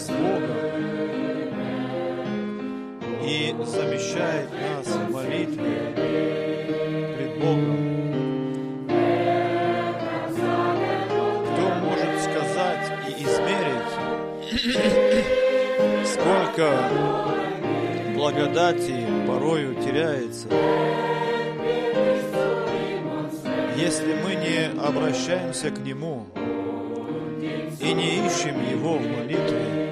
с Богом и замещает нас в молитве пред Богом. Кто может сказать и измерить, сколько благодати порою теряется, если мы не обращаемся к Нему и не ищем Его в молитве?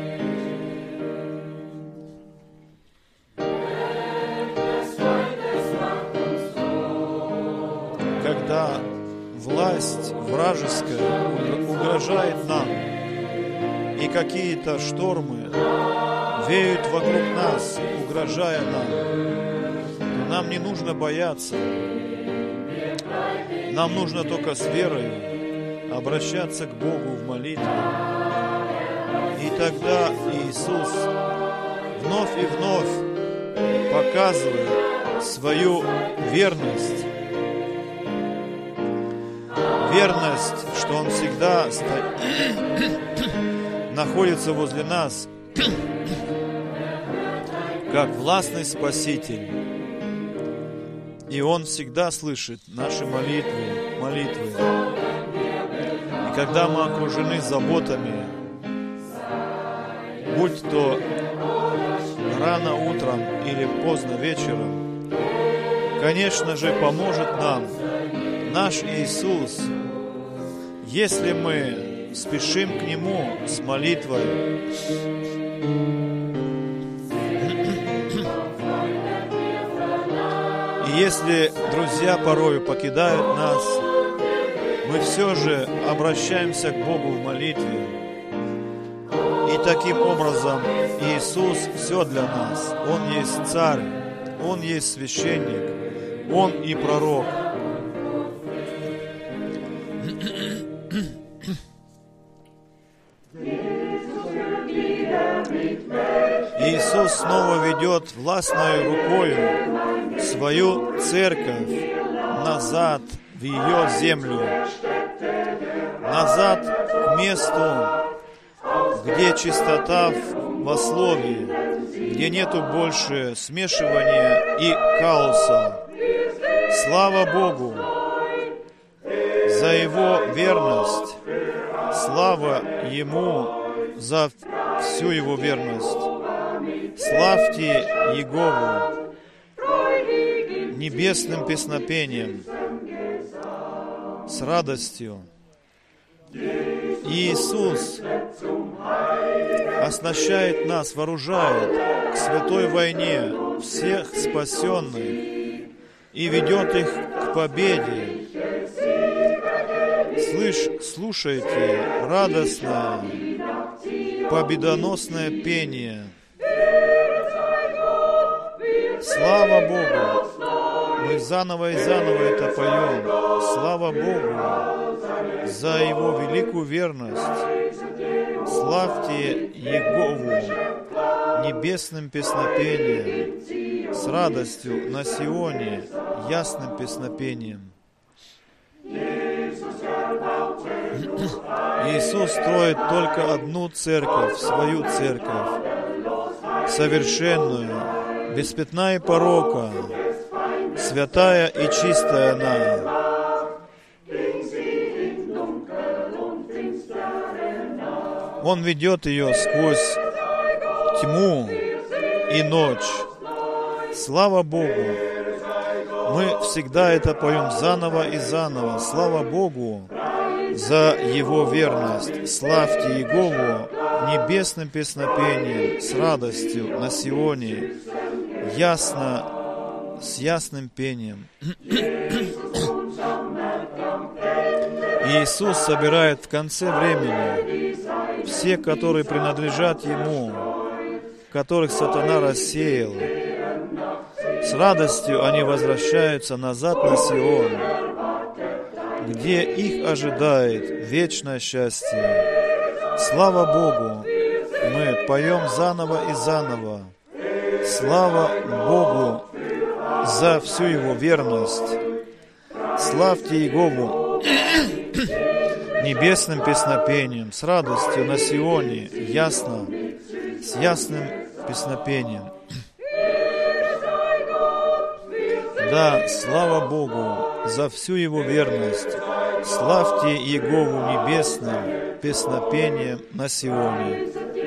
Когда власть вражеская угрожает нам, и какие-то штормы веют вокруг нас, угрожая нам, то нам не нужно бояться. Нам нужно только с верой обращаться к Богу в молитве. И тогда Иисус вновь и вновь показывает свою верность. Верность, что Он всегда находится возле нас, как властный Спаситель. И Он всегда слышит наши молитвы. И когда мы окружены заботами, будь то рано утром или поздно вечером, конечно же, поможет нам наш Иисус, если мы спешим к Нему с молитвой. И если друзья порою покидают нас, мы все же обращаемся к Богу в молитве. И таким образом Иисус все для нас. Он есть Царь, Он есть священник, Он и пророк. Иисус снова ведет властной рукою свою церковь назад в ее землю, назад к месту, где чистота во слове, где нету больше смешивания и хаоса. Слава Богу за Его верность, слава Ему за всю Его верность. Славьте Иегову небесным песнопением, с радостью. Иисус оснащает нас, вооружает к святой войне всех спасенных и ведет их к победе. Слушайте радостное, победоносное пение. Слава Богу! Мы заново и заново это поем. Слава Богу за Его великую верность. Славьте Иегову небесным песнопением, с радостью на Сионе, ясным песнопением. Иисус строит только одну церковь, свою церковь, совершенную, без пятна и порока, святая и чистая она. Он ведет ее сквозь тьму и ночь. Слава Богу! Мы всегда это поем заново и заново. Слава Богу за Его верность. Славьте Иегову небесным песнопением, с радостью на Сионе, ясно, с ясным пением. Иисус собирает в конце времени все, которые принадлежат Ему, которых сатана рассеял. С радостью они возвращаются назад на Сион, где их ожидает вечное счастье. Слава Богу! Мы поем заново и заново. Слава Богу за всю Его верность. Славьте Иегову небесным песнопением, с радостью на Сионе, ясно, с ясным песнопением. Да, слава Богу за всю Его верность. Славьте Иегову небесным песнопением на Сионе.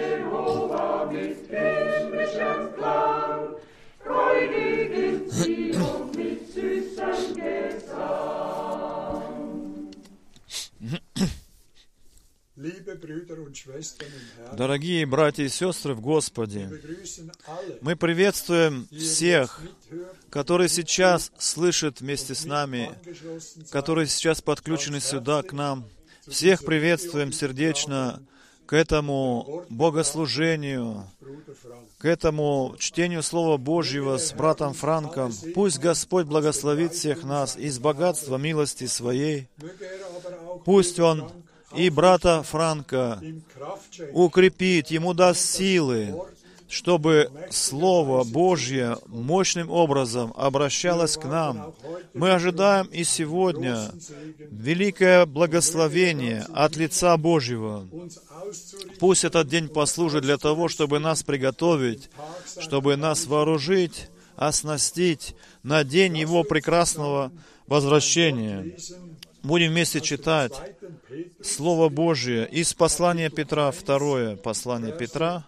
Дорогие братья и сестры в Господе, мы приветствуем всех, которые сейчас слышат вместе с нами, которые сейчас подключены сюда к нам. Всех приветствуем сердечно к этому богослужению, к этому чтению Слова Божьего с братом Франком. Пусть Господь благословит всех нас из богатства милости Своей. Пусть Он и брата Франка укрепит, ему даст силы, чтобы Слово Божье мощным образом обращалось к нам. Мы ожидаем и сегодня великое благословение от лица Божьего. Пусть этот день послужит для того, чтобы нас приготовить, чтобы нас вооружить, оснастить на день Его прекрасного возвращения. Будем вместе читать Слово Божие из послания Петра, второе послание Петра,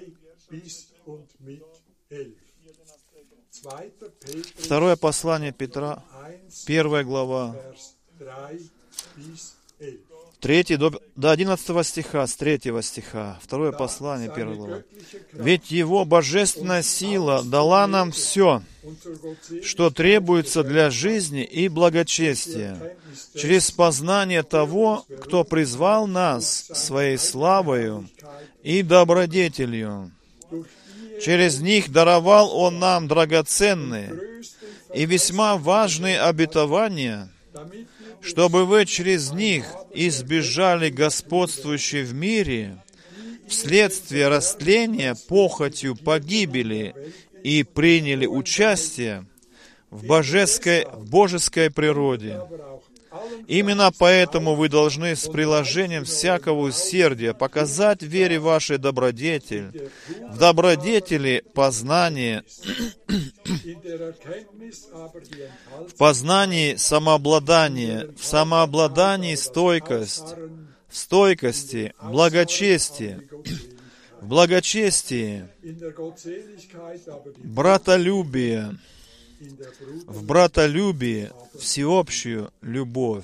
второе послание Петра, 1 глава, 3 до 11 стиха, с 3 стиха, второе послание, 1 глава. «Ведь Его божественная сила дала нам все, что требуется для жизни и благочестия, через познание того, кто призвал нас Своей славою и добродетелью. Через них даровал Он нам драгоценные и весьма важные обетования, чтобы вы через них избежали господствующей в мире вследствие растления похотью погибели и приняли участие в божеской природе. Именно поэтому вы должны с приложением всякого усердия показать в вере вашей добродетель, в добродетели познание, в познании самообладание, в самообладании стойкость, в стойкости благочестие, в благочестии братолюбие, в братолюбии всеобщую любовь.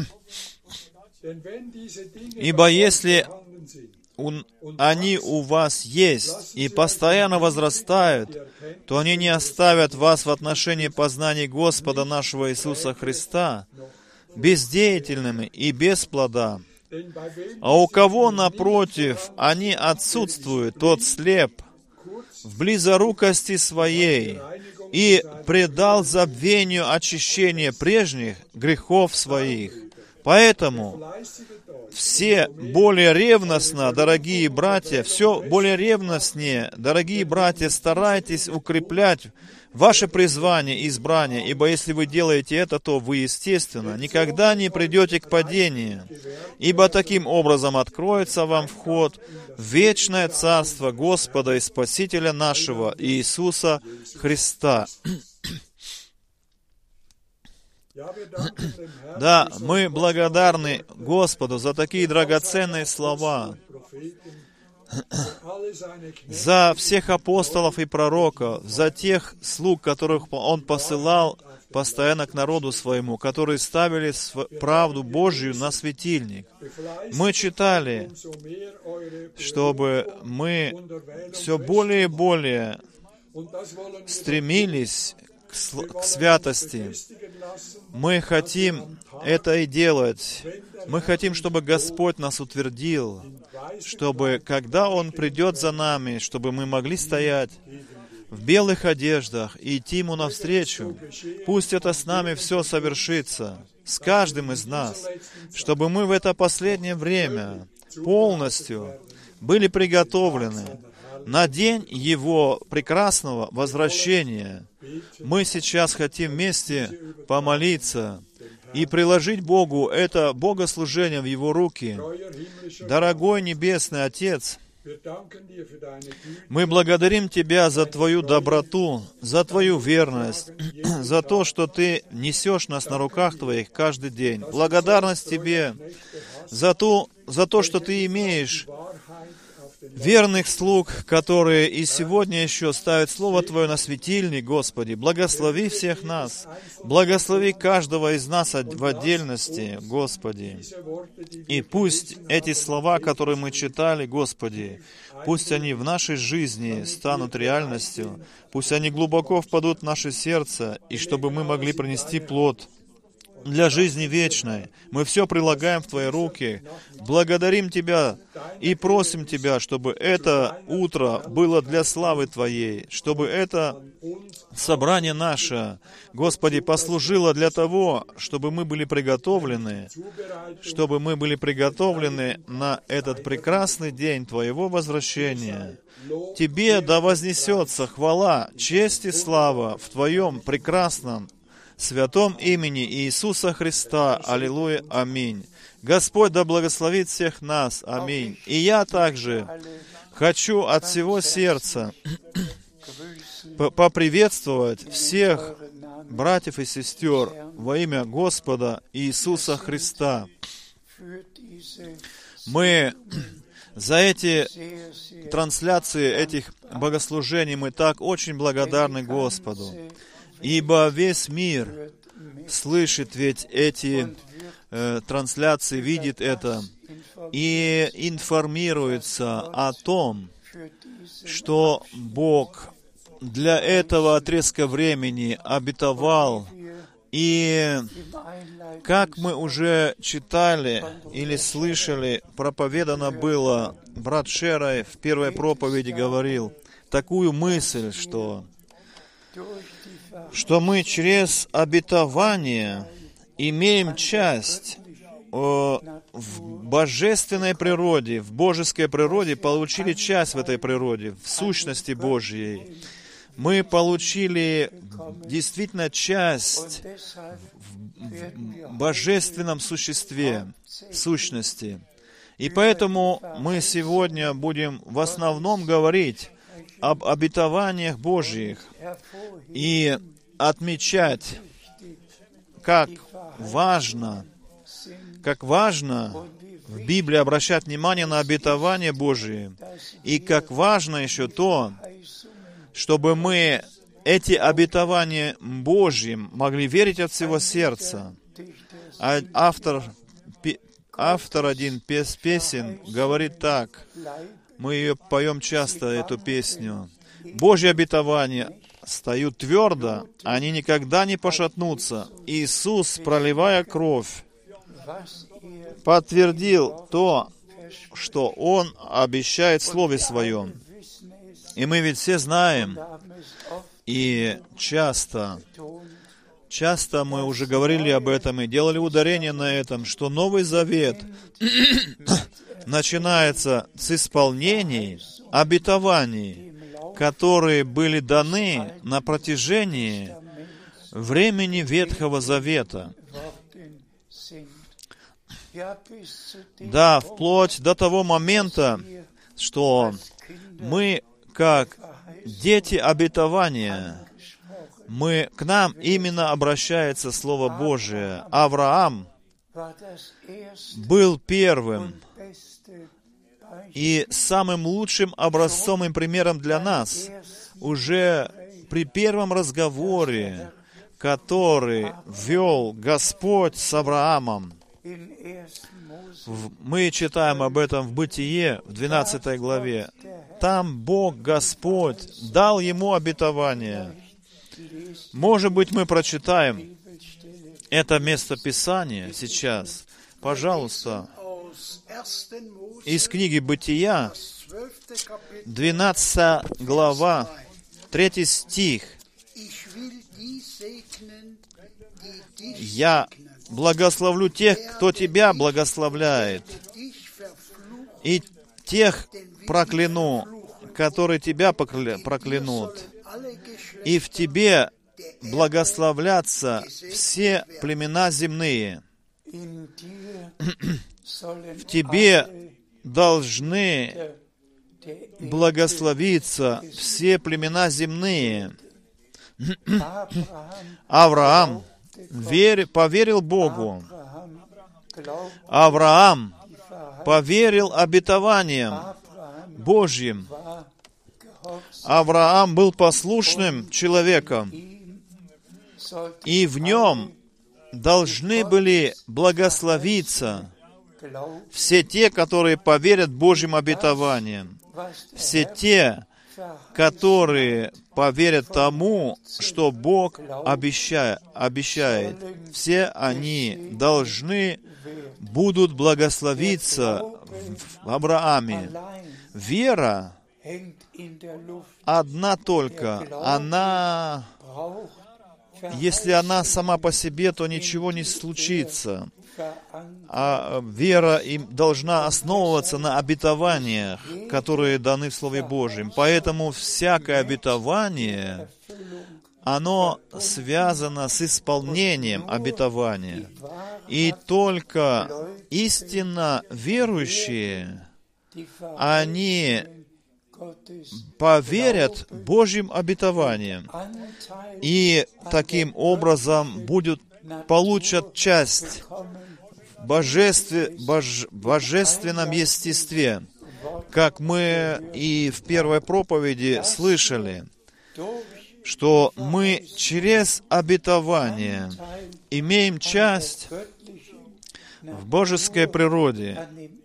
Ибо если они у вас есть и постоянно возрастают, то они не оставят вас в отношении познания Господа нашего Иисуса Христа бездеятельными и без плода. А у кого, напротив, они отсутствуют, тот слеп в близорукости своей и предал забвению очищения прежних грехов своих. Поэтому все более ревностно, дорогие братья, все более ревностнее, дорогие братья, старайтесь укреплять ваше призвание и избрание, ибо если вы делаете это, то вы, естественно, никогда не придете к падению, ибо таким образом откроется вам вход в вечное Царство Господа и Спасителя нашего Иисуса Христа. Да, мы благодарны Господу за такие драгоценные слова, за всех апостолов и пророков, за тех слуг, которых Он посылал постоянно к народу своему, которые ставили правду Божью на светильник. Мы читали, чтобы мы все более и более стремились к святости. Мы хотим это и делать. Мы хотим, чтобы Господь нас утвердил, чтобы, когда Он придет за нами, чтобы мы могли стоять в белых одеждах и идти Ему навстречу. Пусть это с нами все совершится, с каждым из нас, чтобы мы в это последнее время полностью были приготовлены на день Его прекрасного возвращения. Мы сейчас хотим вместе помолиться и приложить Богу это богослужение в Его руки. Дорогой Небесный Отец, Мы благодарим Тебя за Твою доброту, за Твою верность, за то, что Ты несешь нас на руках Твоих каждый день. Благодарность Тебе за то, что Ты имеешь верных слуг, которые и сегодня еще ставят Слово Твое на светильник, Господи. Благослови всех нас. Благослови каждого из нас в отдельности, Господи. И пусть эти слова, которые мы читали, Господи, пусть они в нашей жизни станут реальностью, пусть они глубоко впадут в наше сердце, и чтобы мы могли принести плод для жизни вечной. Мы все прилагаем в Твои руки. Благодарим Тебя и просим Тебя, чтобы это утро было для славы Твоей, чтобы это собрание наше, Господи, послужило для того, чтобы мы были приготовлены на этот прекрасный день Твоего возвращения. Тебе да вознесется хвала, честь и слава в Твоем прекрасном святом имени Иисуса Христа. Аллилуйя. Аминь. Господь да благословит всех нас. Аминь. И я также хочу от всего сердца поприветствовать всех братьев и сестер во имя Господа Иисуса Христа. Мы за эти трансляции этих богослужений мы так очень благодарны Господу. Ибо весь мир слышит ведь эти трансляции, видит это и информируется о том, что Бог для этого отрезка времени обетовал. И как мы уже читали или слышали, проповедано было, брат Шерай в первой проповеди говорил такую мысль, что мы через обетование имеем часть в божественной природе, в божеской природе, получили часть в этой природе, в сущности Божьей. Мы получили действительно часть в божественном существе, сущности. И поэтому мы сегодня будем в основном говорить об обетованиях Божьих и отмечать, как важно в Библии обращать внимание на обетования Божьи, и как важно еще то, чтобы мы эти обетования Божьи могли верить от всего сердца. Автор один песен говорит так, мы ее поем часто, эту песню. Божьи обетования стою твердо, они никогда не пошатнутся. Иисус, проливая кровь, подтвердил то, что Он обещает в Слове Своем. И мы ведь все знаем, и часто мы уже говорили об этом и делали ударение на этом, что Новый Завет начинается с исполнений обетований, которые были даны на протяжении времени Ветхого Завета. Да, вплоть до того момента, что мы, как дети обетования, к нам именно обращается Слово Божие. Авраам был первым и самым лучшим образцом и примером для нас уже при первом разговоре, который вел Господь с Авраамом. Мы читаем об этом в Бытие, в 12 главе. Там Бог, Господь, дал ему обетование. Может быть, мы прочитаем это местописание сейчас. Пожалуйста, из книги Бытия, 12 глава, 3 стих. «Я благословлю тех, кто тебя благословляет, и тех прокляну, которые тебя проклянут. И в тебе благословлятся все племена земные. В тебе должны благословиться все племена земные. Авраам поверил Богу. Авраам поверил обетованиям Божьим. Авраам был послушным человеком, и в нем должны были благословиться все те, которые поверят Божьим обетованиям, все те, которые поверят тому, что Бог обещает. Все они должны будут благословиться в Аврааме. Вера одна только, если она сама по себе, то ничего не случится. А вера им должна основываться на обетованиях, которые даны в Слове Божьем. Поэтому всякое обетование, оно связано с исполнением обетования. И только истинно верующие, они поверят Божьим обетованиям и таким образом получат часть в божественном естестве, как мы и в первой проповеди слышали, что мы через обетование имеем часть в божеской природе,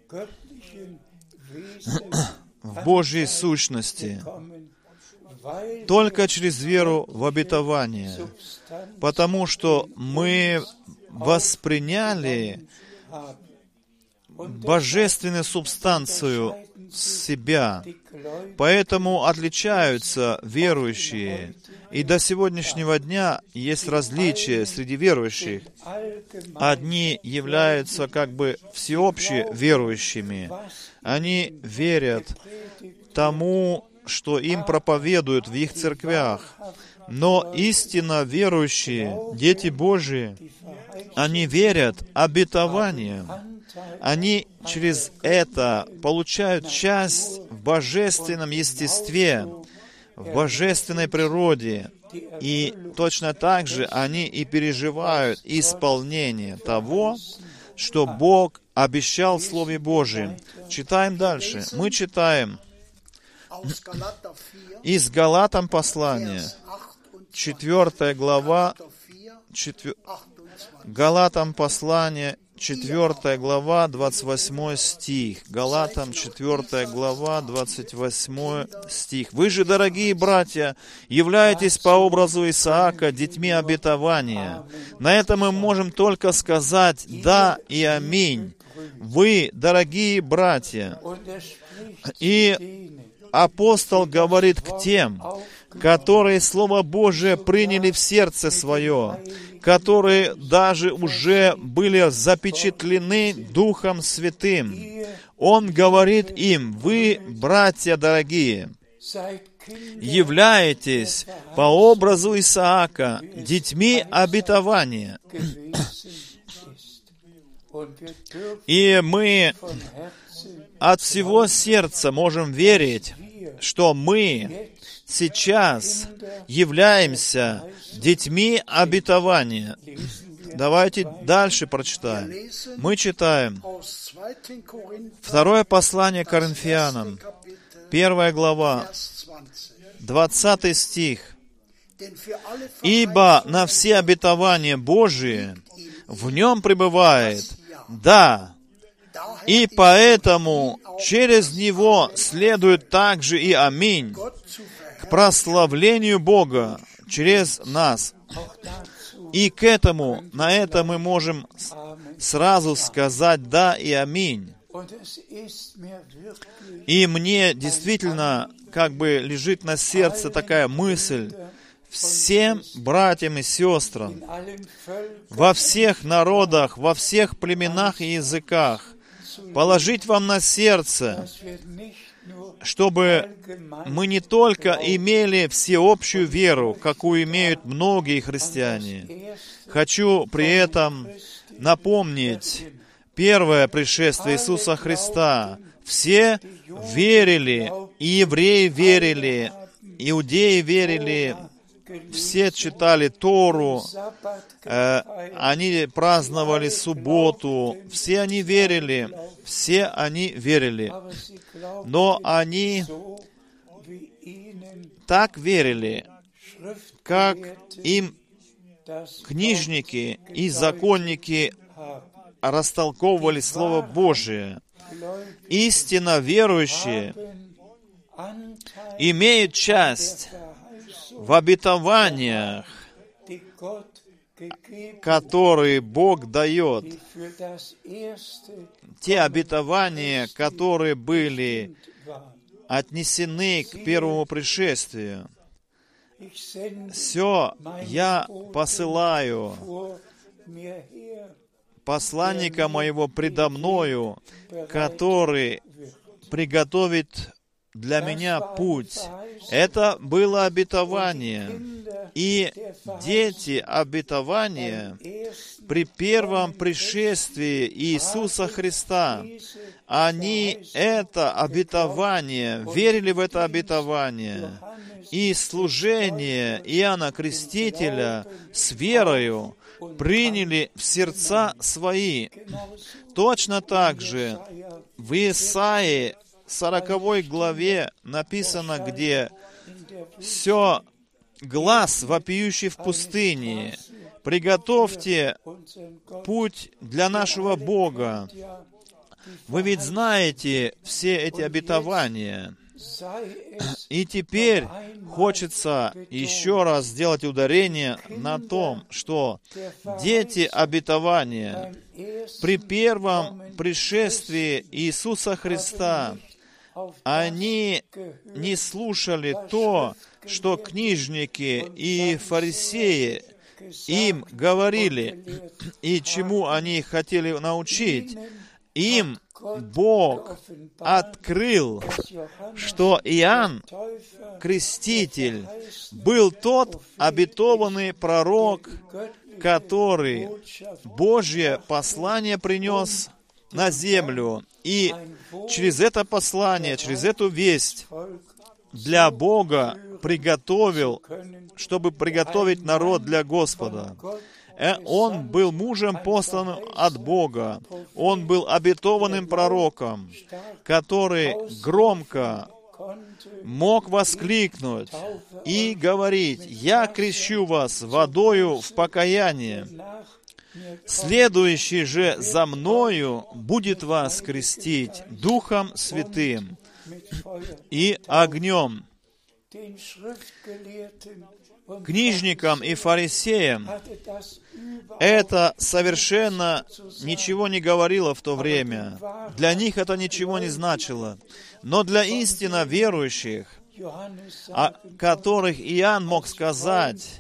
в Божьей сущности, только через веру в обетование, потому что мы восприняли божественную субстанцию себя. Поэтому отличаются верующие. И до сегодняшнего дня есть различия среди верующих. Одни являются как бы всеобще верующими. Они верят тому, что им проповедуют в их церквях. Но истинно верующие, дети Божии, они верят обетованиям. Они через это получают часть в божественном естестве, в божественной природе. И точно так же они и переживают исполнение того, что Бог обещал в Слове Божьем. Читаем дальше. Мы читаем из Галатам послания, 4 глава, Галатам послание, 4 глава, 28 стих. Галатам, 4 глава, 28 стих. «Вы же, дорогие братья, являетесь по образу Исаака детьми обетования». На это мы можем только сказать «да» и «аминь». Вы, дорогие братья. И апостол говорит к тем, которые Слово Божие приняли в сердце свое, которые даже уже были запечатлены Духом Святым. Он говорит им: вы, братья дорогие, являетесь по образу Исаака детьми обетования. И мы от всего сердца можем верить, что мы сейчас являемся детьми обетования. Давайте дальше прочитаем. Мы читаем 2 послание Коринфянам, 1 глава, 20 стих. «Ибо на все обетования Божии в нем пребывает «да», и поэтому через него следует также и «аминь» к прославлению Бога через нас». И к этому, на это мы можем сразу сказать «да» и «аминь». И мне действительно как бы лежит на сердце такая мысль: всем братьям и сестрам, во всех народах, во всех племенах и языках, положить вам на сердце, чтобы мы не только имели всеобщую веру, какую имеют многие христиане. Хочу при этом напомнить первое пришествие Иисуса Христа. Все верили, и евреи верили, иудеи верили, все читали Тору, они праздновали субботу, все они верили, но они так верили, как им книжники и законники растолковывали Слово Божие. Истинно верующие имеют часть в обетованиях, которые Бог дает. Те обетования, которые были отнесены к первому пришествию. Все, я посылаю посланника моего предо мною, который приготовит для меня путь. Это было обетование. И дети обетования при первом пришествии Иисуса Христа, они это обетование, верили в это обетование. И служение Иоанна Крестителя с верою приняли в сердца свои. Точно так же в Исаии 40 главе написано, где «Все глас, вопиющий в пустыне, приготовьте путь для нашего Бога». Вы ведь знаете все эти обетования. И теперь хочется еще раз сделать ударение на том, что дети обетования при первом пришествии Иисуса Христа, они не слушали то, что книжники и фарисеи им говорили, и чему они хотели научить. Им Бог открыл, что Иоанн Креститель был тот обетованный пророк, который Божье послание принес на землю. И через это послание, через эту весть для Бога приготовил, чтобы приготовить народ для Господа. Он был мужем, посланным от Бога. Он был обетованным пророком, который громко мог воскликнуть и говорить: «Я крещу вас водою в покаяние. Следующий же за мною будет вас крестить Духом Святым и огнем». Книжникам и фарисеям это совершенно ничего не говорило в то время. Для них это ничего не значило. Но для истинно верующих, о которых Иоанн мог сказать,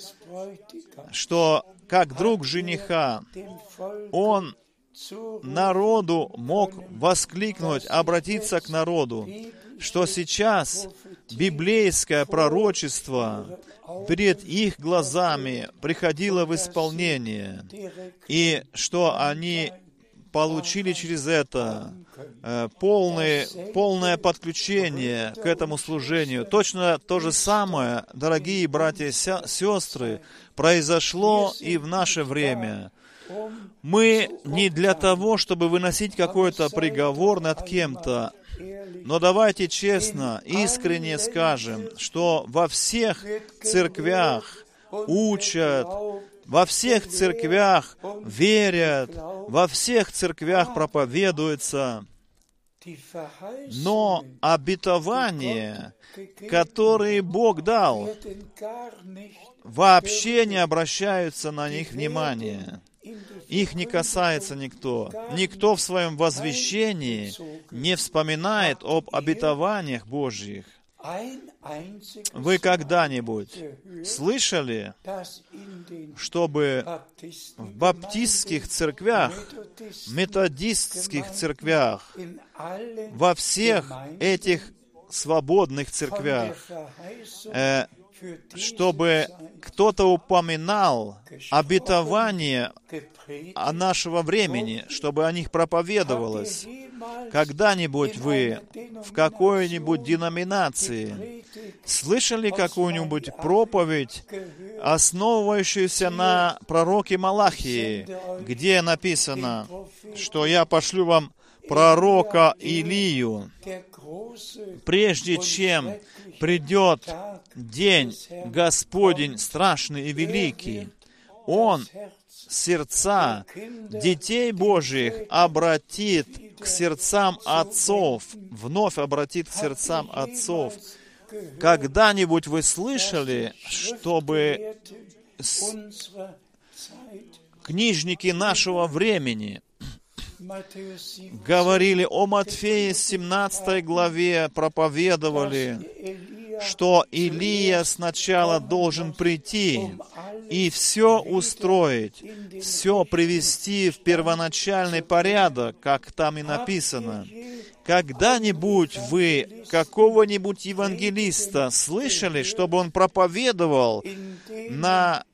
что как друг жениха, он народу мог воскликнуть, обратиться к народу, что сейчас библейское пророчество перед их глазами приходило в исполнение, и что они получили через это полное подключение к этому служению. Точно то же самое, дорогие братья и сестры, произошло и в наше время. Мы не для того, чтобы выносить какой-то приговор над кем-то, но давайте честно, искренне скажем, что во всех церквях учат, во всех церквях верят, во всех церквях проповедуется. Но обетования, которые Бог дал, вообще не обращаются на них внимания. Их не касается никто. Никто в своем возвещении не вспоминает об обетованиях Божьих. Вы когда-нибудь слышали, чтобы в баптистских церквях, методистских церквях, во всех этих свободных церквях чтобы кто-то упоминал обетование о нашего времени, чтобы о них проповедовалось. Когда-нибудь вы в какой-нибудь деноминации слышали какую-нибудь проповедь, основывающуюся на пророке Малахии, где написано, что я пошлю вам пророка Илию, прежде чем придет день Господень страшный и великий, Он сердца детей Божьих обратит к сердцам отцов, вновь обратит к сердцам отцов. Когда-нибудь вы слышали, чтобы книжники нашего времени говорили о Матфея 17 главе, проповедовали, что Илия сначала должен прийти и все устроить, все привести в первоначальный порядок, как там и написано. Когда-нибудь вы какого-нибудь евангелиста слышали, чтобы он проповедовал на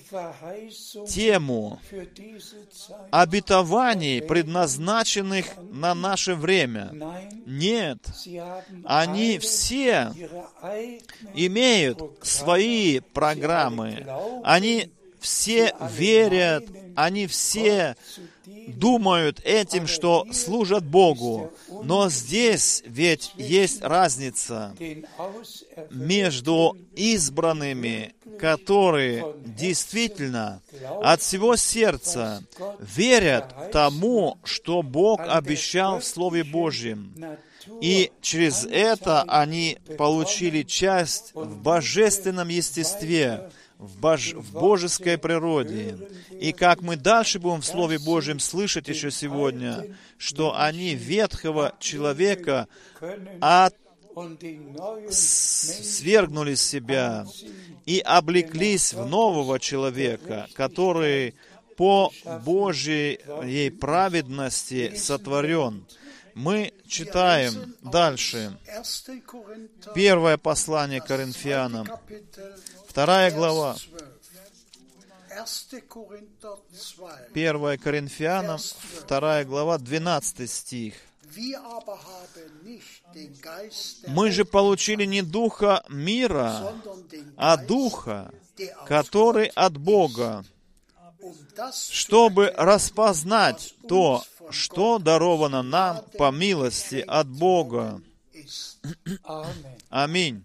тему обетований, предназначенных на наше время? Нет. Они все имеют свои программы. Они все верят, они все думают этим, что служат Богу. Но здесь ведь есть разница между избранными, которые действительно от всего сердца верят тому, что Бог обещал в Слове Божьем. И через это они получили часть в божественном естестве, в божеской природе. И как мы дальше будем в Слове Божьем слышать еще сегодня, что они ветхого человека свергнули с себя и облеклись в нового человека, который по Божьей праведности сотворен. Мы читаем дальше. Первое послание Коринфянам, 2 глава. 1 Коринфянам, 2 глава, 12 стих. «Мы же получили не духа мира, а духа, который от Бога, чтобы распознать то, что даровано нам по милости от Бога». Аминь.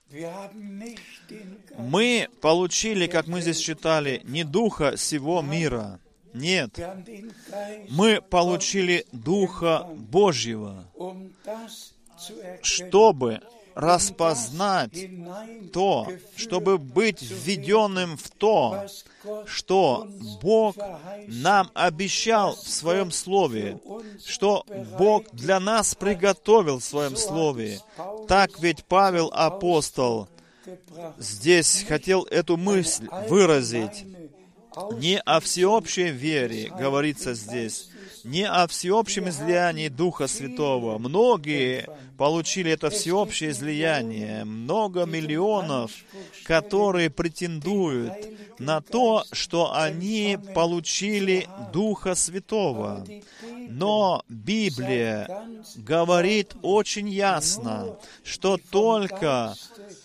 Мы получили, как мы здесь читали, не духа сего мира. Нет. Мы получили Духа Божьего, чтобы распознать то, чтобы быть введенным в то, что Бог нам обещал в Своем Слове, что Бог для нас приготовил в Своем Слове. Так ведь Павел апостол здесь хотел эту мысль выразить. Не о всеобщей вере говорится здесь, не о всеобщем излиянии Духа Святого. Многие получили это всеобщее излияние, много миллионов, которые претендуют на то, что они получили Духа Святого. Но Библия говорит очень ясно, что только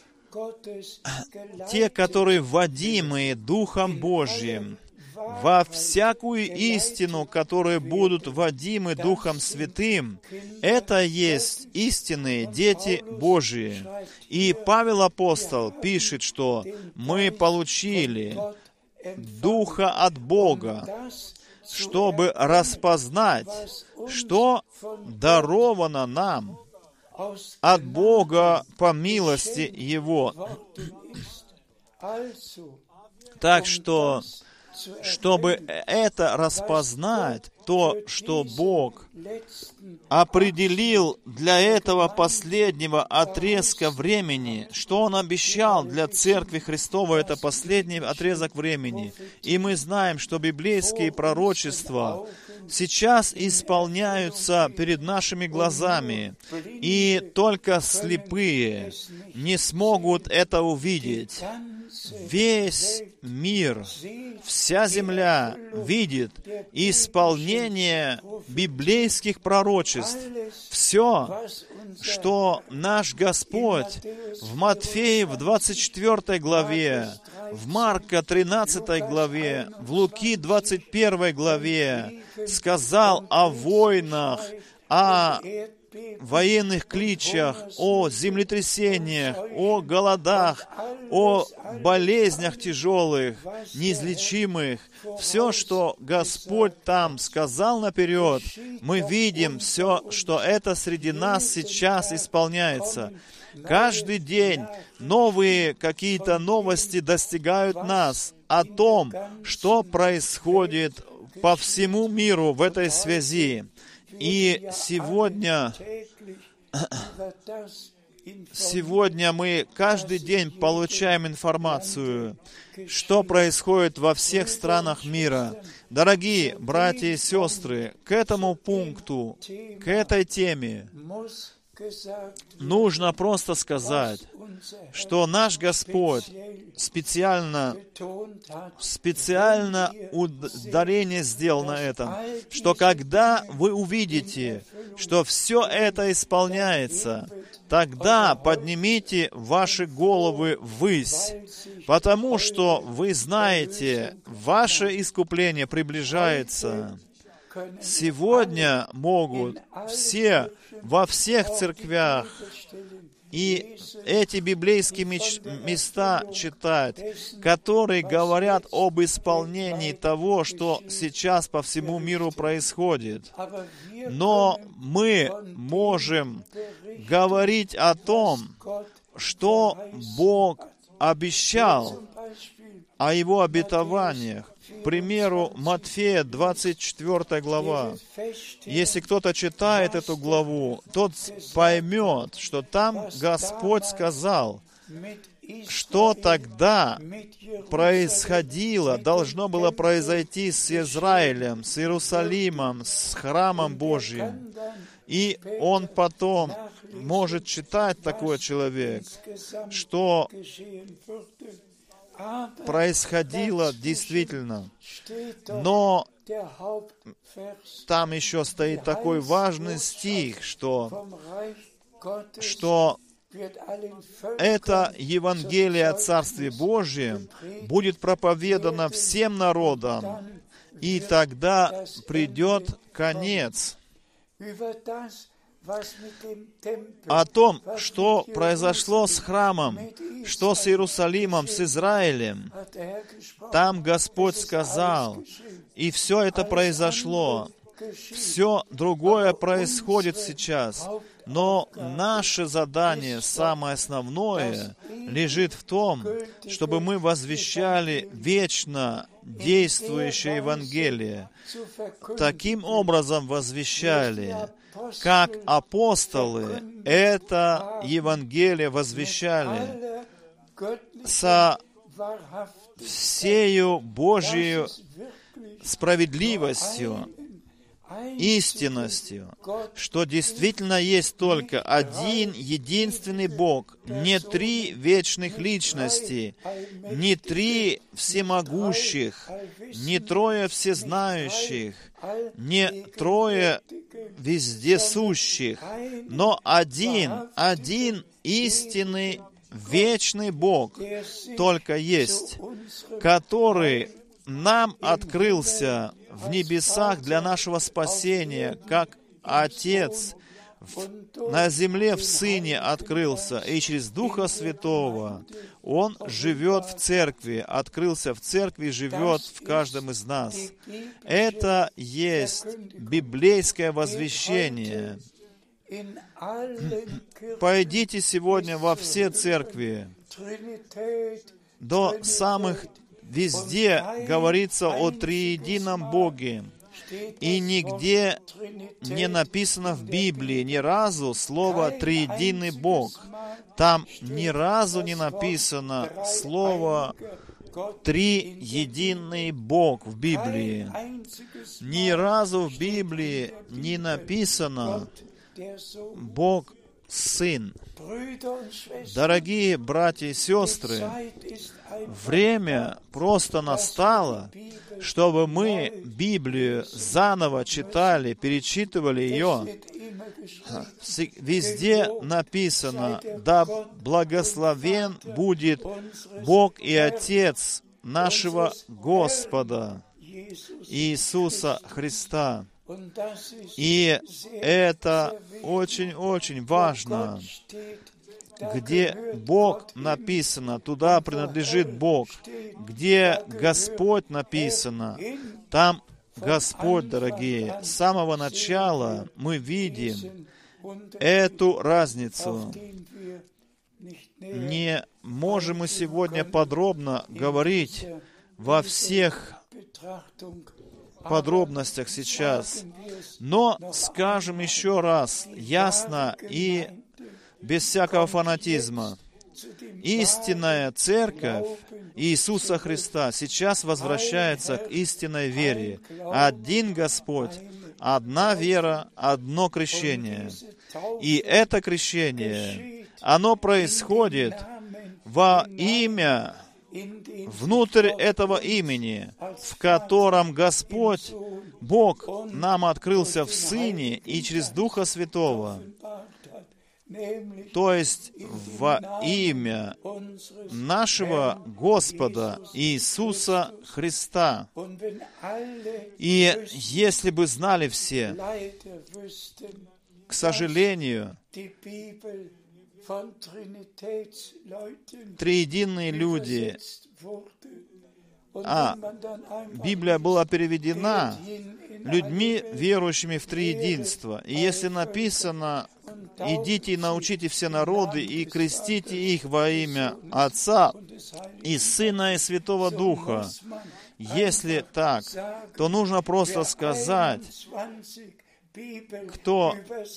те, которые водимые Духом Божьим, во всякую истину, которые будут водимы Духом Святым, это есть истинные дети Божьи. И Павел апостол пишет, что мы получили Духа от Бога, чтобы распознать, что даровано нам от Бога по милости Его. Так что, чтобы это распознать, то, что Бог определил для этого последнего отрезка времени, что Он обещал для Церкви Христовой, это последний отрезок времени. И мы знаем, что библейские пророчества сейчас исполняются перед нашими глазами, и только слепые не смогут это увидеть. Весь мир, вся земля видит исполнение библейских пророчеств. Все, что наш Господь в Матфея в 24 главе, в Марка 13 главе, в Луки 21 главе сказал о войнах, о военных кличах, о землетрясениях, о голодах, о болезнях тяжелых, неизлечимых. Все, что Господь там сказал наперед, мы видим все, что это среди нас сейчас исполняется. Каждый день новые какие-то новости достигают нас о том, что происходит по всему миру в этой связи. И сегодня мы каждый день получаем информацию, что происходит во всех странах мира. Дорогие братья и сестры, к этому пункту, к этой теме нужно просто сказать, что наш Господь специально ударение сделал на этом, что когда вы увидите, что все это исполняется, тогда поднимите ваши головы ввысь, потому что вы знаете, ваше искупление приближается. Сегодня могут все, во всех церквях, и эти библейские места читать, которые говорят об исполнении того, что сейчас по всему миру происходит. Но мы можем говорить о том, что Бог обещал, о Его обетованиях. К примеру, Матфея 24 глава. Если кто-то читает эту главу, тот поймет, что там Господь сказал, что тогда происходило, должно было произойти с Израилем, с Иерусалимом, с храмом Божьим. И он потом может читать, такой человек, что происходило действительно. Но там еще стоит такой важный стих, что это Евангелие о Царстве Божьем будет проповедано всем народам, и тогда придет конец. О том, что произошло с храмом, что с Иерусалимом, с Израилем, там Господь сказал, и все это произошло. Все другое происходит сейчас. Но наше задание, самое основное, лежит в том, чтобы мы возвещали вечно действующее Евангелие. Таким образом возвещали, как апостолы это Евангелие возвещали со всею Божьей справедливостью, истинностью, что действительно есть только один единственный Бог, не три вечных личности, не три всемогущих, не трое всезнающих, не трое вездесущих, но один истинный вечный Бог только есть, который нам открылся в небесах для нашего спасения, как Отец на земле в Сыне открылся, и через Духа Святого Он живет в церкви, открылся в церкви, живет в каждом из нас. Это есть библейское возвещение. Пойдите сегодня во все церкви, до самых везде говорится о триедином Боге. И нигде не написано в Библии ни разу слово «триединый Бог». Там ни разу не написано слово триединый Бог в Библии. Ни разу в Библии не написано Бог Сын. Дорогие братья и сестры, время просто настало, чтобы мы Библию заново читали, перечитывали ее. Везде написано: «Да благословен будет Бог и Отец нашего Господа Иисуса Христа». И это очень-очень важно. Где Бог написано, туда принадлежит Бог. Где Господь написано, там Господь, дорогие. С самого начала мы видим эту разницу. Не можем мы сегодня подробно говорить во всех подробностях сейчас, но скажем еще раз, ясно и без всякого фанатизма. Истинная церковь Иисуса Христа сейчас возвращается к истинной вере. Один Господь, одна вера, одно крещение. И это крещение, оно происходит во имя, внутрь этого имени, в котором Господь, Бог, нам открылся в Сыне и через Духа Святого. То есть во имя нашего Господа Иисуса Христа. И если бы знали все, к сожалению, триединые люди, Библия была переведена людьми, верующими в триединство. И если написано: «Идите и научите все народы, и крестите их во имя Отца и Сына и Святого Духа». Если так, то нужно просто сказать, кто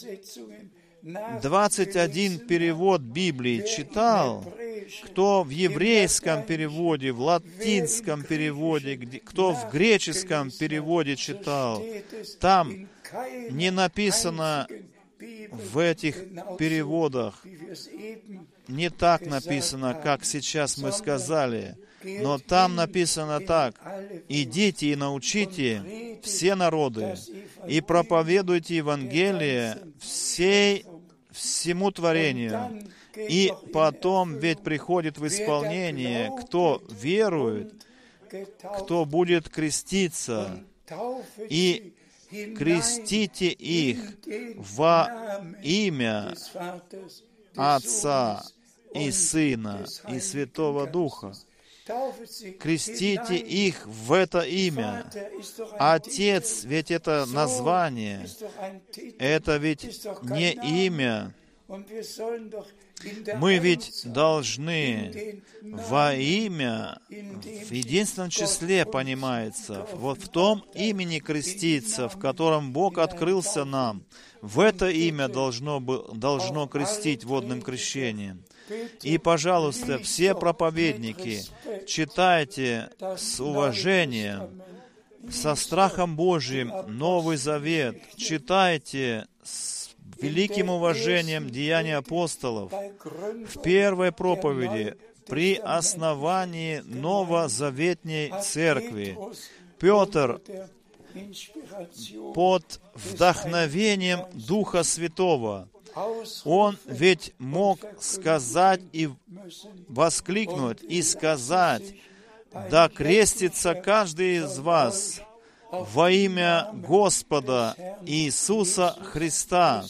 21 перевод Библии читал, кто в еврейском переводе, в латинском переводе, кто в греческом переводе читал, там не написано в этих переводах, не так написано, как сейчас мы сказали, но там написано так: «Идите и научите все народы, и проповедуйте Евангелие всему творению». И потом ведь приходит в исполнение, кто верует, кто будет креститься, и крестите их во имя Отца и Сына и Святого Духа. Крестите их в это имя. Отец, ведь это название, это ведь не имя. Мы ведь должны во имя, в единственном числе понимается, вот в том имени креститься, в котором Бог открылся нам. В это имя должно крестить водным крещением. И, пожалуйста, все проповедники, читайте с уважением, со страхом Божьим Новый Завет, читайте с великим уважением Деяния апостолов. В первой проповеди, при основании новозаветней церкви, Петр под вдохновением Духа Святого, он ведь мог сказать и воскликнуть, и сказать: «Да крестится каждый из вас во имя Господа Иисуса Христа».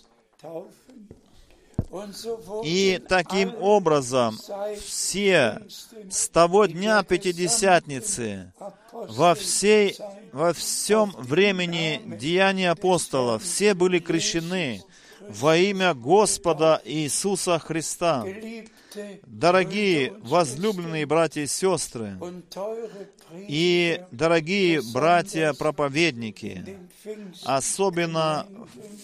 И таким образом все с того дня Пятидесятницы, во всем времени Деяния апостолов, все были крещены во имя Господа Иисуса Христа. Дорогие возлюбленные братья и сестры, и дорогие братья-проповедники, особенно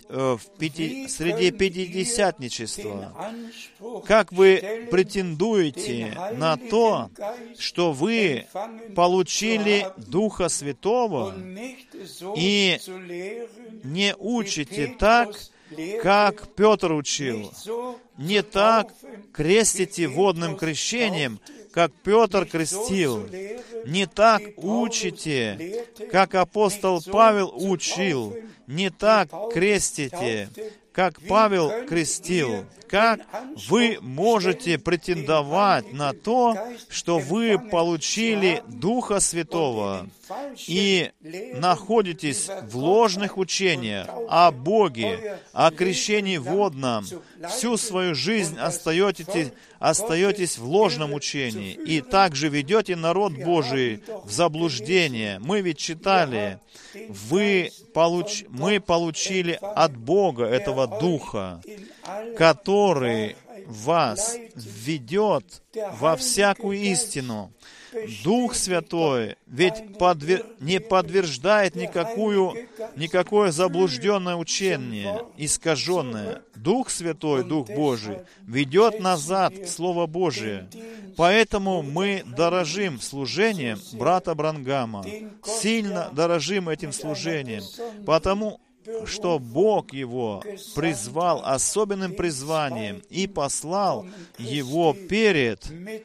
среди пятидесятничества? Как вы претендуете на то, что вы получили Духа Святого и не учите так, как Петр учил, не так крестите водным крещением, как Петр крестил, не так учите, как апостол Павел учил, не так крестите, как Павел крестил. Как вы можете претендовать на то, что вы получили Духа Святого и находитесь в ложных учениях о Боге, о крещении водном, всю свою жизнь остаетесь в ложном учении и также ведете народ Божий в заблуждение? Мы ведь читали, мы получили от Бога этого Духа, который вас ведет во всякую истину. Дух Святой ведь не подтверждает никакое заблужденное учение, искаженное. Дух Святой, Дух Божий, ведет назад Слово Божие. Поэтому мы дорожим служением брата Бранхама, сильно дорожим этим служением, потому что Бог его призвал особенным призванием и послал его перед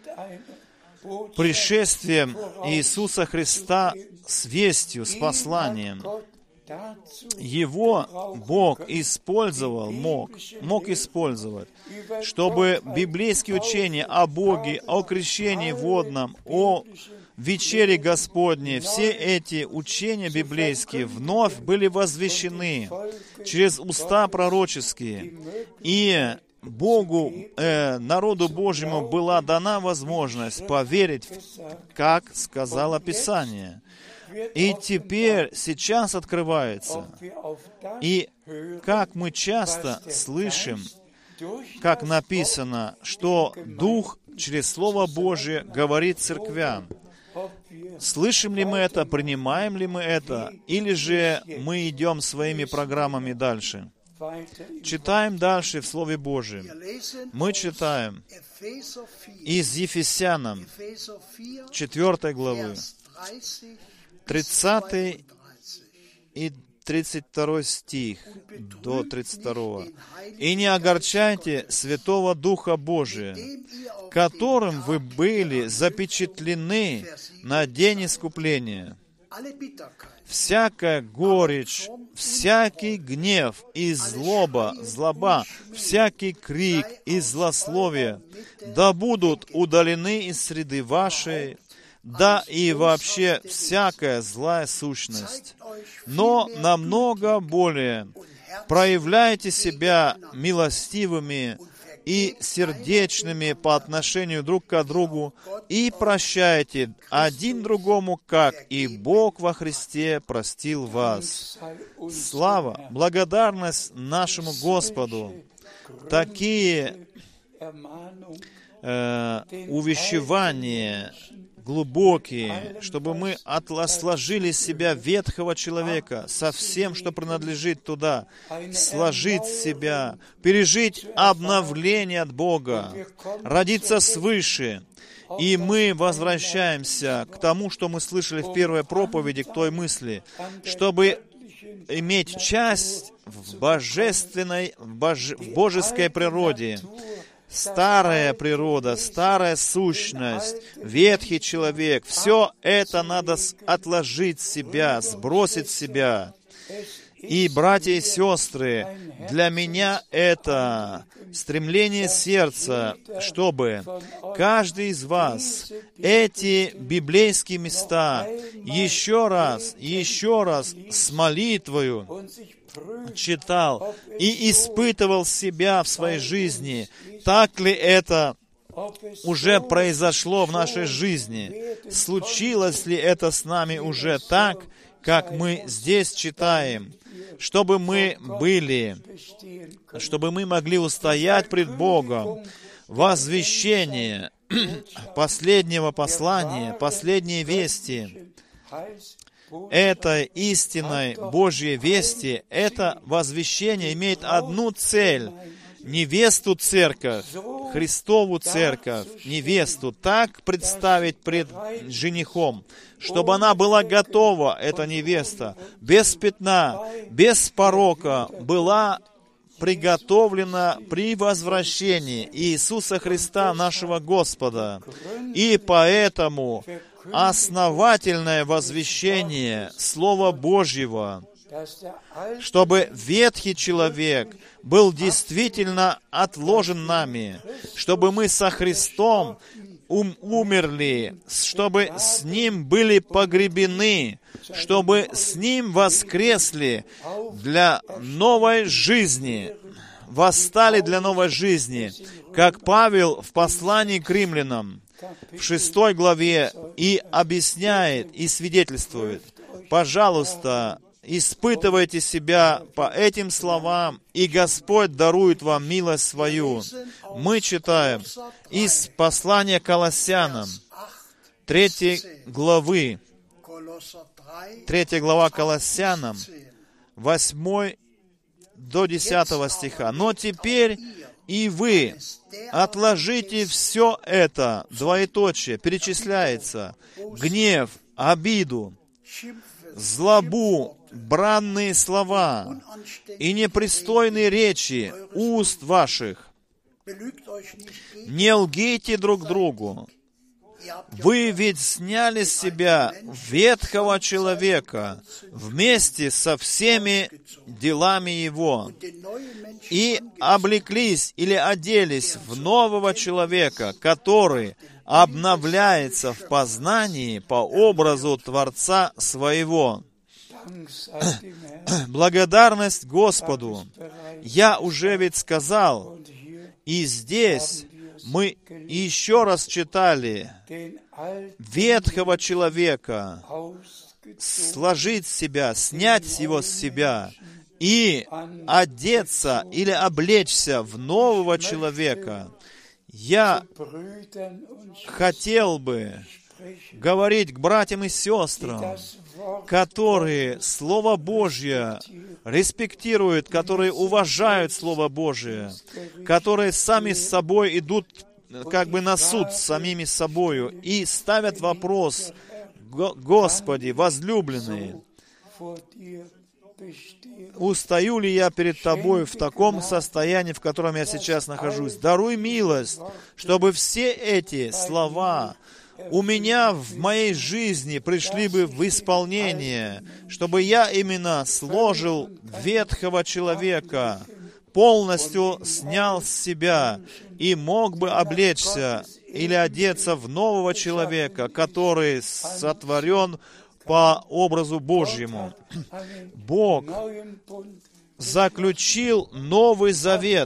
пришествием Иисуса Христа с вестью, с посланием. Его Бог мог использовать, чтобы библейские учения о Боге, о крещении водном, о вечере Господней, все эти учения библейские вновь были возвещены через уста пророческие. И народу Божьему была дана возможность поверить, как сказало Писание. И сейчас открывается. И как мы часто слышим, как написано, что Дух через Слово Божие говорит церквям. Слышим ли мы это, принимаем ли мы это, или же мы идем своими программами дальше? Читаем дальше в Слове Божьем. Мы читаем из Ефесянам 4 главы, 30 и 32 стих до 32. «И не огорчайте Святого Духа Божия, которым вы были запечатлены на день искупления. Всякая горечь, всякий гнев и злоба, всякий крик и злословие, да будут удалены из среды вашей, да и вообще всякая злая сущность. Но намного более проявляйте себя милостивыми и сердечными по отношению друг к другу, и прощайте один другому, как и Бог во Христе простил вас». Слава, благодарность нашему Господу. Такие увещевания глубокие, чтобы мы сложили из себя ветхого человека со всем, что принадлежит туда, сложить себя, пережить обновление от Бога, родиться свыше. И мы возвращаемся к тому, что мы слышали в первой проповеди, к той мысли, чтобы иметь часть в божеской природе. Старая природа, старая сущность, ветхий человек, все это надо отложить с себя, сбросить с себя. И, братья и сестры, для меня это стремление сердца, чтобы каждый из вас эти библейские места еще раз с молитвою читал и испытывал себя в своей жизни. Так ли это уже произошло в нашей жизни? Случилось ли это с нами уже так, как мы здесь читаем? Чтобы мы могли устоять пред Богом. Возвещение последнего послания, последние вести этой истинной Божьей вести, это возвещение имеет одну цель — невесту церковь, Христову церковь, невесту, так представить пред женихом, чтобы она была готова, эта невеста, без пятна, без порока, была приготовлена при возвращении Иисуса Христа, нашего Господа. И поэтому основательное возвещение Слова Божьего, чтобы ветхий человек был действительно отложен нами, чтобы мы со Христом умерли, чтобы с Ним были погребены, чтобы с Ним воскресли для новой жизни, восстали для новой жизни, как Павел в послании к римлянам в 6 главе и объясняет, и свидетельствует. Пожалуйста, испытывайте себя по этим словам, и Господь дарует вам милость свою. Мы читаем из послания к Колоссянам, 3 главы, 3 глава Колоссянам, 8 до 10 стиха. «Но теперь и вы отложите все это», двоеточие, перечисляется, «гнев, обиду, злобу, бранные слова и непристойные речи уст ваших. Не лгите друг другу. Вы ведь сняли с себя ветхого человека вместе со всеми делами его и облеклись или оделись в нового человека, который обновляется в познании по образу Творца своего». Благодарность Господу. Я уже ведь сказал, и здесь мы еще раз читали, ветхого человека сложить с себя, снять его с себя и одеться или облечься в нового человека. Я хотел бы говорить к братьям и сестрам, которые Слово Божье респектируют, которые уважают Слово Божье, которые сами с собой идут как бы на суд с самими собою и ставят вопрос: «Господи, возлюбленный, устаю ли я перед Тобой в таком состоянии, в котором я сейчас нахожусь? Даруй милость, чтобы все эти слова у меня в моей жизни пришли бы в исполнение, чтобы я именно сложил ветхого человека, полностью снял с себя и мог бы облечься или одеться в нового человека, который сотворен по образу Божьему». Бог заключил Новый Завет.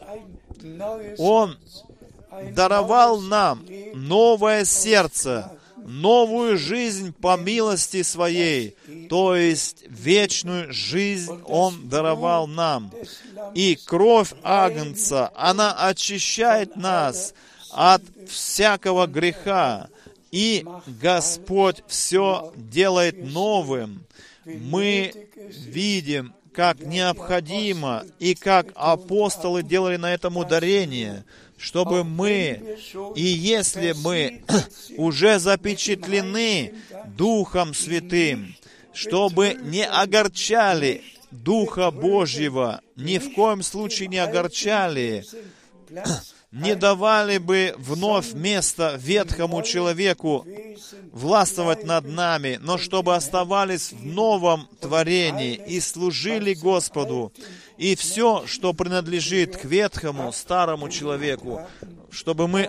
Он даровал нам новое сердце, новую жизнь по милости Своей, то есть вечную жизнь Он даровал нам. И кровь Агнца, она очищает нас от всякого греха, и Господь все делает новым. Мы видим, как необходимо, и как апостолы делали на этом ударение, чтобы мы, и если мы уже запечатлены Духом Святым, чтобы не огорчали Духа Божьего, ни в коем случае не огорчали, не давали бы вновь место ветхому человеку властвовать над нами, но чтобы оставались в новом творении и служили Господу. И все, что принадлежит к ветхому, старому человеку, чтобы мы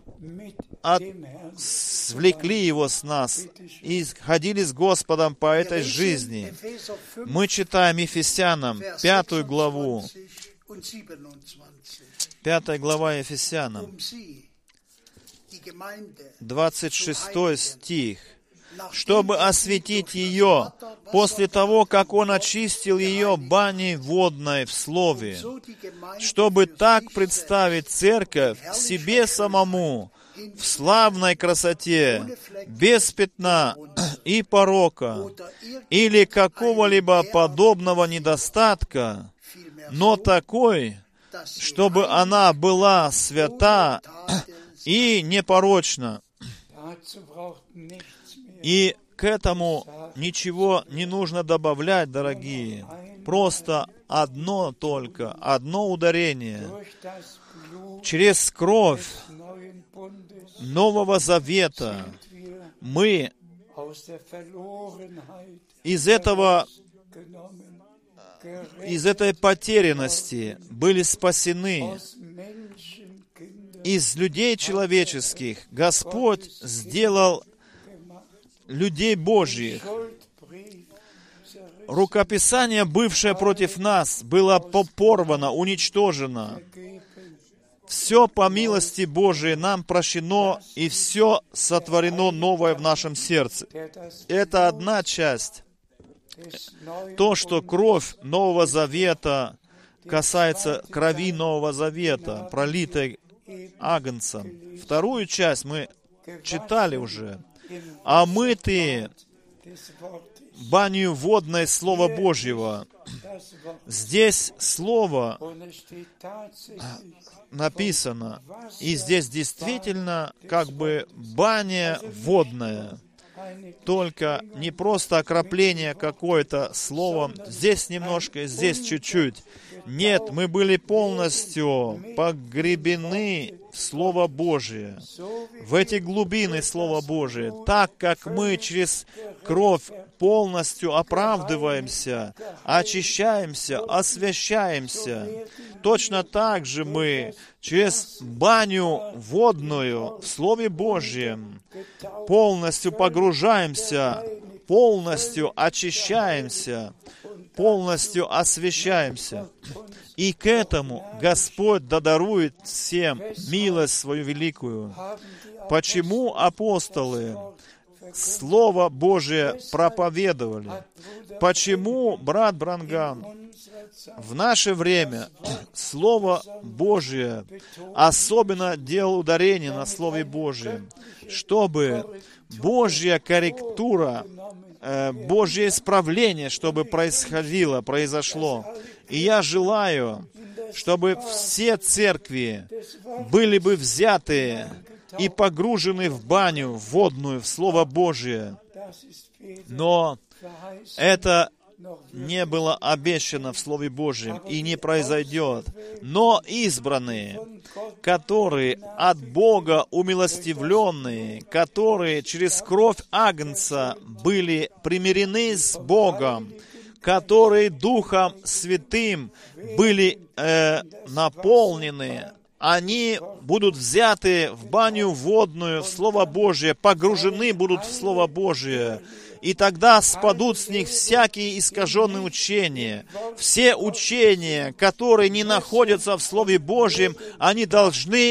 свлекли его с нас и ходили с Господом по этой жизни. Мы читаем Ефесянам 5 главу, 5 глава Ефесянам, 26 стих. чтобы осветить ее, после того, как Он очистил ее баней водной в Слове, чтобы так представить церковь себе самому в славной красоте, без пятна и порока, или какого-либо подобного недостатка, но такой, чтобы она была свята и непорочна. И к этому ничего не нужно добавлять, дорогие. Просто одно ударение. Через кровь Нового Завета мы из этой потерянности были спасены. Из людей человеческих Господь сделал людей Божьих. Рукописание, бывшее против нас, было порвано, уничтожено. Все по милости Божией нам прощено, и все сотворено новое в нашем сердце. Это одна часть. То, что кровь Нового Завета касается крови Нового Завета, пролитой Агнцем. Вторую часть мы читали уже. Омытые банью водной Слова Божьего. Здесь Слово написано, и здесь действительно как бы баня водная. Только не просто окропление какое-то словом, здесь немножко, здесь чуть-чуть. Нет, мы были полностью погребены в Слово Божие, в эти глубины Слова Божие, так как мы через кровь полностью оправдываемся, очищаемся, освящаемся. Точно так же мы через баню водную в Слове Божьем полностью погружаемся, полностью очищаемся, полностью освящаемся. И к этому Господь дарует всем милость свою великую. Почему апостолы Слово Божие проповедовали? Почему, брат Бранхам, в наше время Слово Божие особенно делал ударение на Слове Божьем, чтобы Божья корректура, Божье исправление, чтобы произошло. И я желаю, чтобы все церкви были бы взяты и погружены в баню водную, в Слово Божие. Но это не было обещано в Слове Божьем и не произойдет. Но избранные, которые от Бога умилостивленные, которые через кровь Агнца были примирены с Богом, которые Духом Святым были наполнены, они будут взяты в баню водную, в Слово Божие, погружены будут в Слово Божие. И тогда спадут с них всякие искаженные учения. Все учения, которые не находятся в Слове Божьем, они должны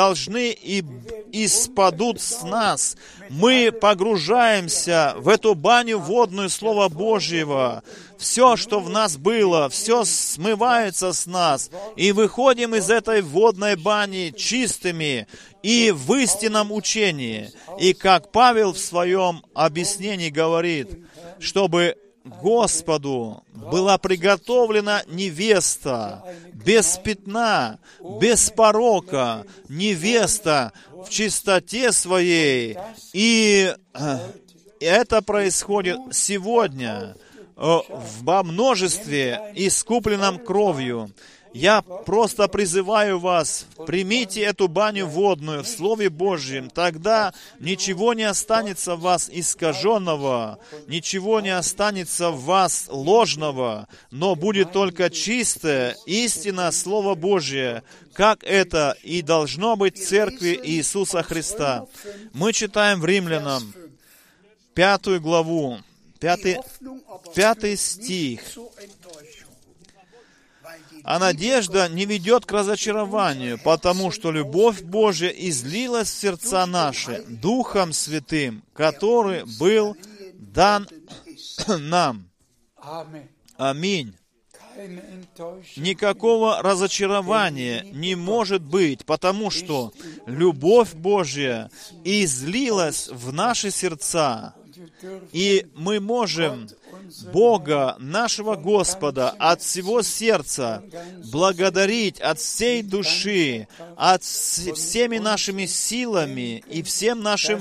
и спадут с нас. Мы погружаемся в эту баню водную Слова Божьего. Все, что в нас было, все смывается с нас. И выходим из этой водной бани чистыми и в истинном учении. И как Павел в своем объяснении говорит, чтобы Господу была приготовлена невеста, без пятна, без порока, невеста в чистоте своей. И это происходит сегодня во множестве, искупленном кровью. Я просто призываю вас, примите эту баню водную в Слове Божьем, тогда ничего не останется в вас искаженного, ничего не останется в вас ложного, но будет только чистое, истинное Слово Божье, как это и должно быть в Церкви Иисуса Христа. Мы читаем в Римлянам 5 главу, 5 стих. А надежда не ведет к разочарованию, потому что любовь Божья излилась в сердца наши Духом Святым, который был дан нам. Аминь. Никакого разочарования не может быть, потому что любовь Божья излилась в наши сердца. И мы можем Бога, нашего Господа, от всего сердца благодарить, от всей души, всеми нашими силами и всеми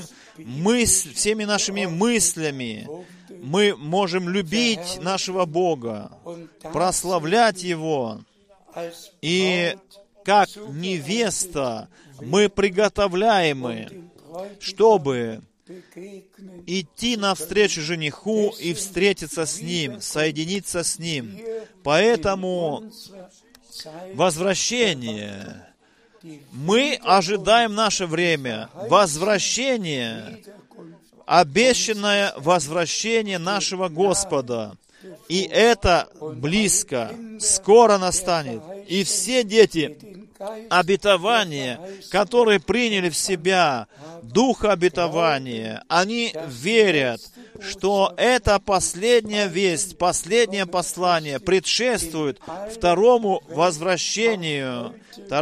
нашими мыслями. Мы можем любить нашего Бога, прославлять Его. И как невеста мы приготовляемы, чтобы идти навстречу жениху и встретиться с ним, соединиться с ним. Поэтому возвращение. Мы ожидаем наше время. Возвращение, обещанное возвращение нашего Господа. И это близко, скоро настанет. И все дети обетования, которые приняли в себя Духа обетования, они верят, что это последняя весть, последнее послание предшествует второму возвращению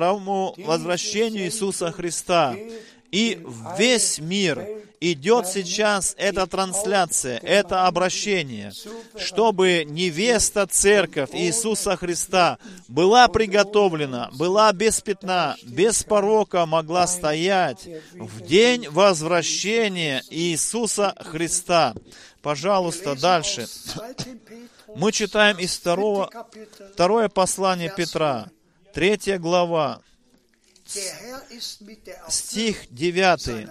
Иисуса Христа. И весь мир идет сейчас эта трансляция, это обращение, чтобы невеста Церковь Иисуса Христа была приготовлена, была без пятна, без порока могла стоять в день возвращения Иисуса Христа. Пожалуйста, дальше. Мы читаем из второе послание Петра, 3 глава, стих 9.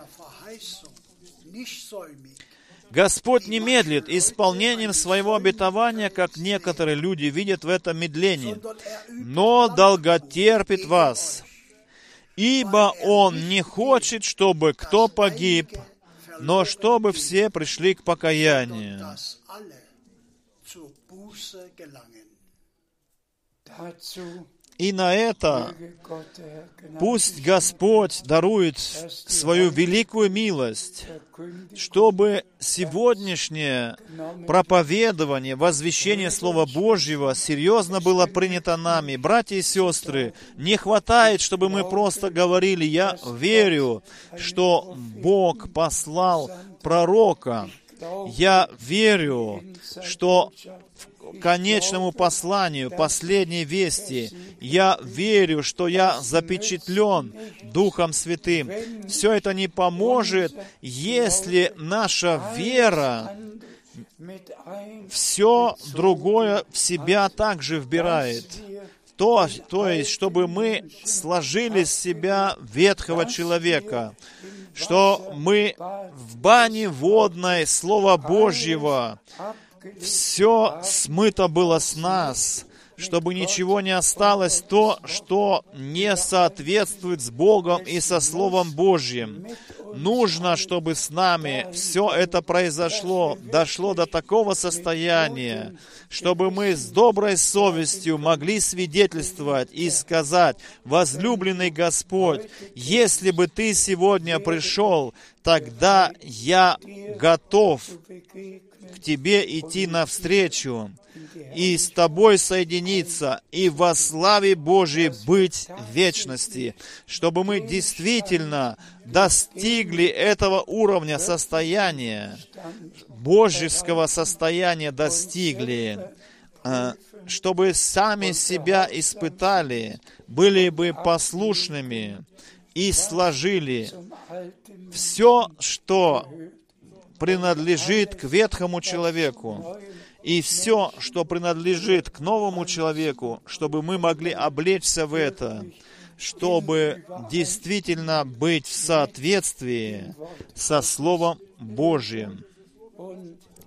«Господь не медлит исполнением своего обетования, как некоторые люди видят в этом медлении, но долготерпит вас, ибо Он не хочет, чтобы кто погиб, но чтобы все пришли к покаянию». И на это пусть Господь дарует свою великую милость, чтобы сегодняшнее проповедование, возвещение Слова Божьего серьезно было принято нами. Братья и сестры, не хватает, чтобы мы просто говорили: «Я верю, что Бог послал пророка». Я верю, что конечному посланию, последней вести, я верю, что я запечатлен Духом Святым. Все это не поможет, если наша вера все другое в себя также вбирает. То есть, чтобы мы сложили с себя ветхого человека, что мы в бане водной Слова Божьего все смыто было с нас, чтобы ничего не осталось то, что не соответствует с Богом и со Словом Божьим. Нужно, чтобы с нами все это произошло, дошло до такого состояния, чтобы мы с доброй совестью могли свидетельствовать и сказать: «Возлюбленный Господь, если бы Ты сегодня пришел, тогда я готов к Тебе идти навстречу и с Тобой соединиться, и во славе Божьей быть в вечности», чтобы мы действительно достигли этого уровня состояния, божеского состояния достигли, чтобы сами себя испытали, были бы послушными и сложили все, что принадлежит к ветхому человеку, и все, что принадлежит к новому человеку, чтобы мы могли облечься в это, чтобы действительно быть в соответствии со Словом Божьим.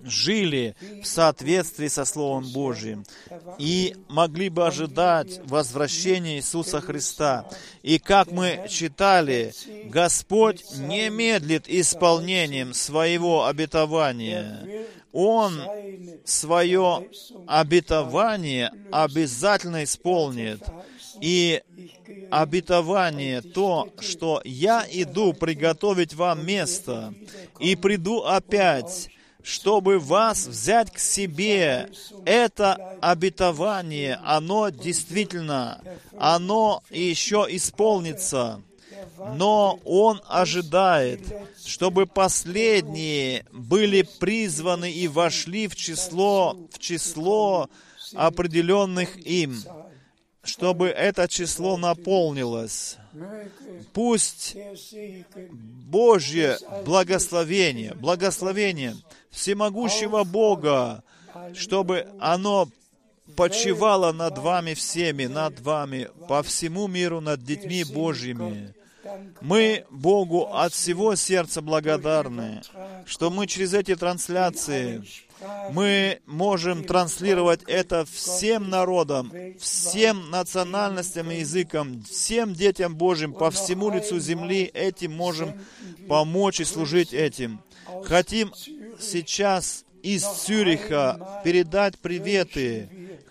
жили в соответствии со Словом Божьим и могли бы ожидать возвращения Иисуса Христа. И как мы читали, Господь не медлит исполнением своего обетования. Он свое обетование обязательно исполнит. И обетование то, что я иду приготовить вам место, и приду опять, чтобы вас взять к себе. Это обетование, оно действительно, оно еще исполнится. Но Он ожидает, чтобы последние были призваны и вошли в число определенных им, чтобы это число наполнилось. Пусть Божье благословение всемогущего Бога, чтобы оно почивало над вами всеми, над вами, по всему миру, над детьми Божьими. Мы Богу от всего сердца благодарны, что мы через эти трансляции, мы можем транслировать это всем народам, всем национальностям и языкам, всем детям Божьим по всему лицу земли. Этим можем помочь и служить этим. Хотим сейчас из Цюриха передать приветы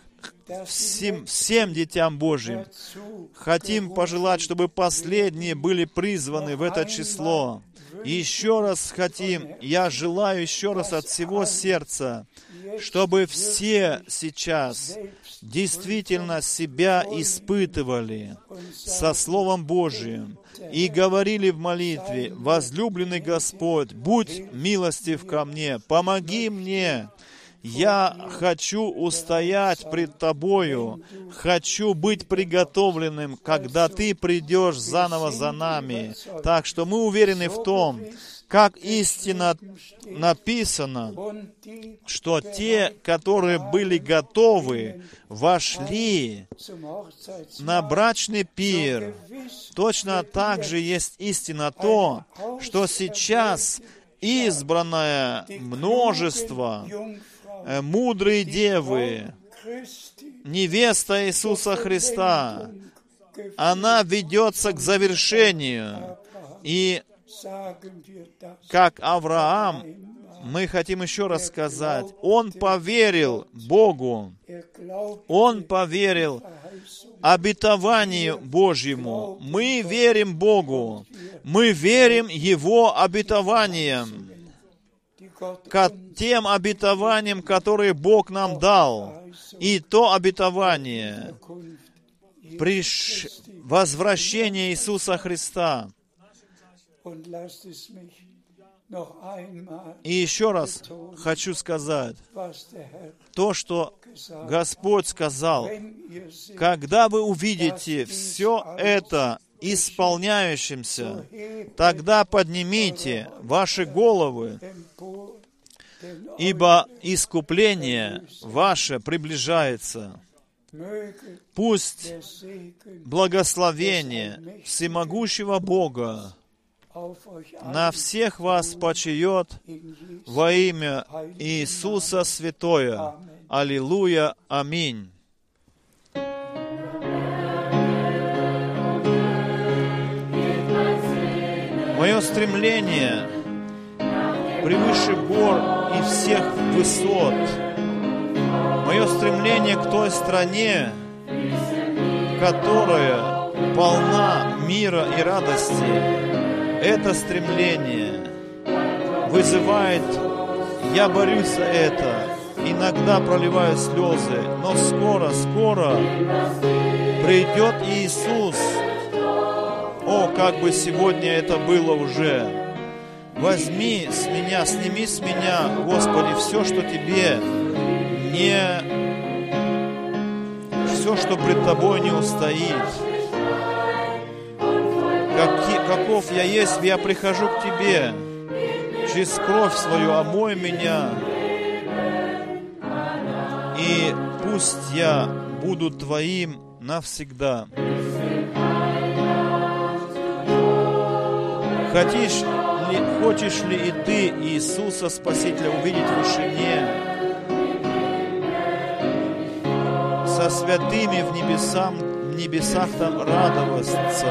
всем детям Божьим. Хотим пожелать, чтобы последние были призваны в это число. И еще раз хотим, я желаю еще раз от всего сердца, чтобы все сейчас действительно себя испытывали со Словом Божиим и говорили в молитве: «Возлюбленный Господь, будь милостив ко мне, помоги мне. Я хочу устоять пред Тобою, хочу быть приготовленным, когда Ты придешь заново за нами». Так что мы уверены в том, как истинно написано, что те, которые были готовы, вошли на брачный пир. Точно так же есть истина то, что сейчас избранное множество, мудрые девы, невеста Иисуса Христа, она ведется к завершению. И как Авраам, мы хотим еще раз сказать, он поверил Богу, он поверил обетованию Божьему. Мы верим Богу, мы верим Его обетованиям, к тем обетованиям, которые Бог нам дал. И то обетование возвращение Иисуса Христа. И еще раз хочу сказать то, что Господь сказал. Когда вы увидите все это исполняющимся, тогда поднимите ваши головы, ибо искупление ваше приближается. Пусть благословение всемогущего Бога на всех вас почиет во имя Иисуса Святое. Аллилуйя. Аминь. Мое стремление превыше гор и всех высот. Мое стремление к той стране, которая полна мира и радости. Это стремление вызывает, я борюсь за это, иногда проливаю слезы, но скоро придет Иисус. О, как бы сегодня это было уже. Возьми с меня, сними с меня, Господи, все, что Тебе все, что пред Тобой не устоит. Каков я есть, я прихожу к Тебе. Через кровь свою омой меня. И пусть я буду Твоим навсегда. Хотишь хочешь ли и ты Иисуса Спасителя увидеть в вышине, со святыми в небесах там радоваться?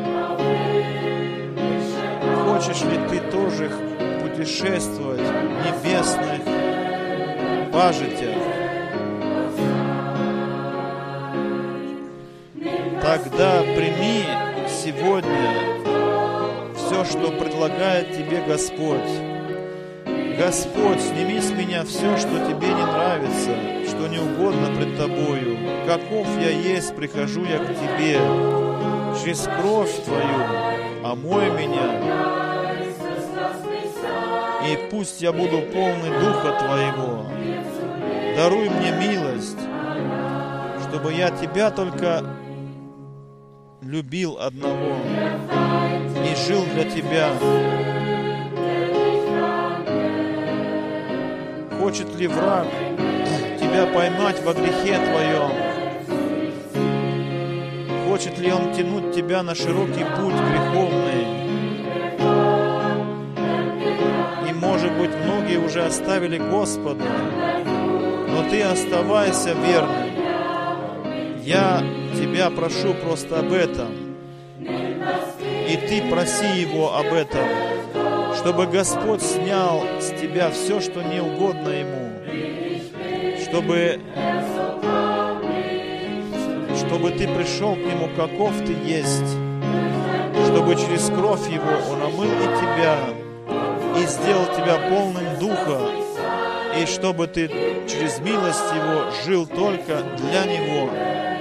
Хочешь ли ты тоже путешествовать в небесных пажитях? Тогда прими сегодня все, что предлагает тебе Господь. Господь, сними с меня все, что тебе не нравится, что не угодно пред Тобою. Каков я есть, прихожу я к Тебе. Через кровь Твою омой меня, и пусть я буду полный Духа Твоего. Даруй мне милость, чтобы я Тебя только любил одного и жил для Тебя. Хочет ли враг тебя поймать во грехе твоем? Хочет ли он тянуть тебя на широкий путь греховный? И, может быть, многие уже оставили Господа, но ты оставайся верным. Я тебя прошу просто об этом, и ты проси Его об этом, чтобы Господь снял с тебя все, что не угодно Ему, чтобы ты пришел к Нему, каков ты есть, чтобы через кровь Его Он омыл и тебя, и сделал тебя полным Духа, и чтобы ты через милость Его жил только для Него.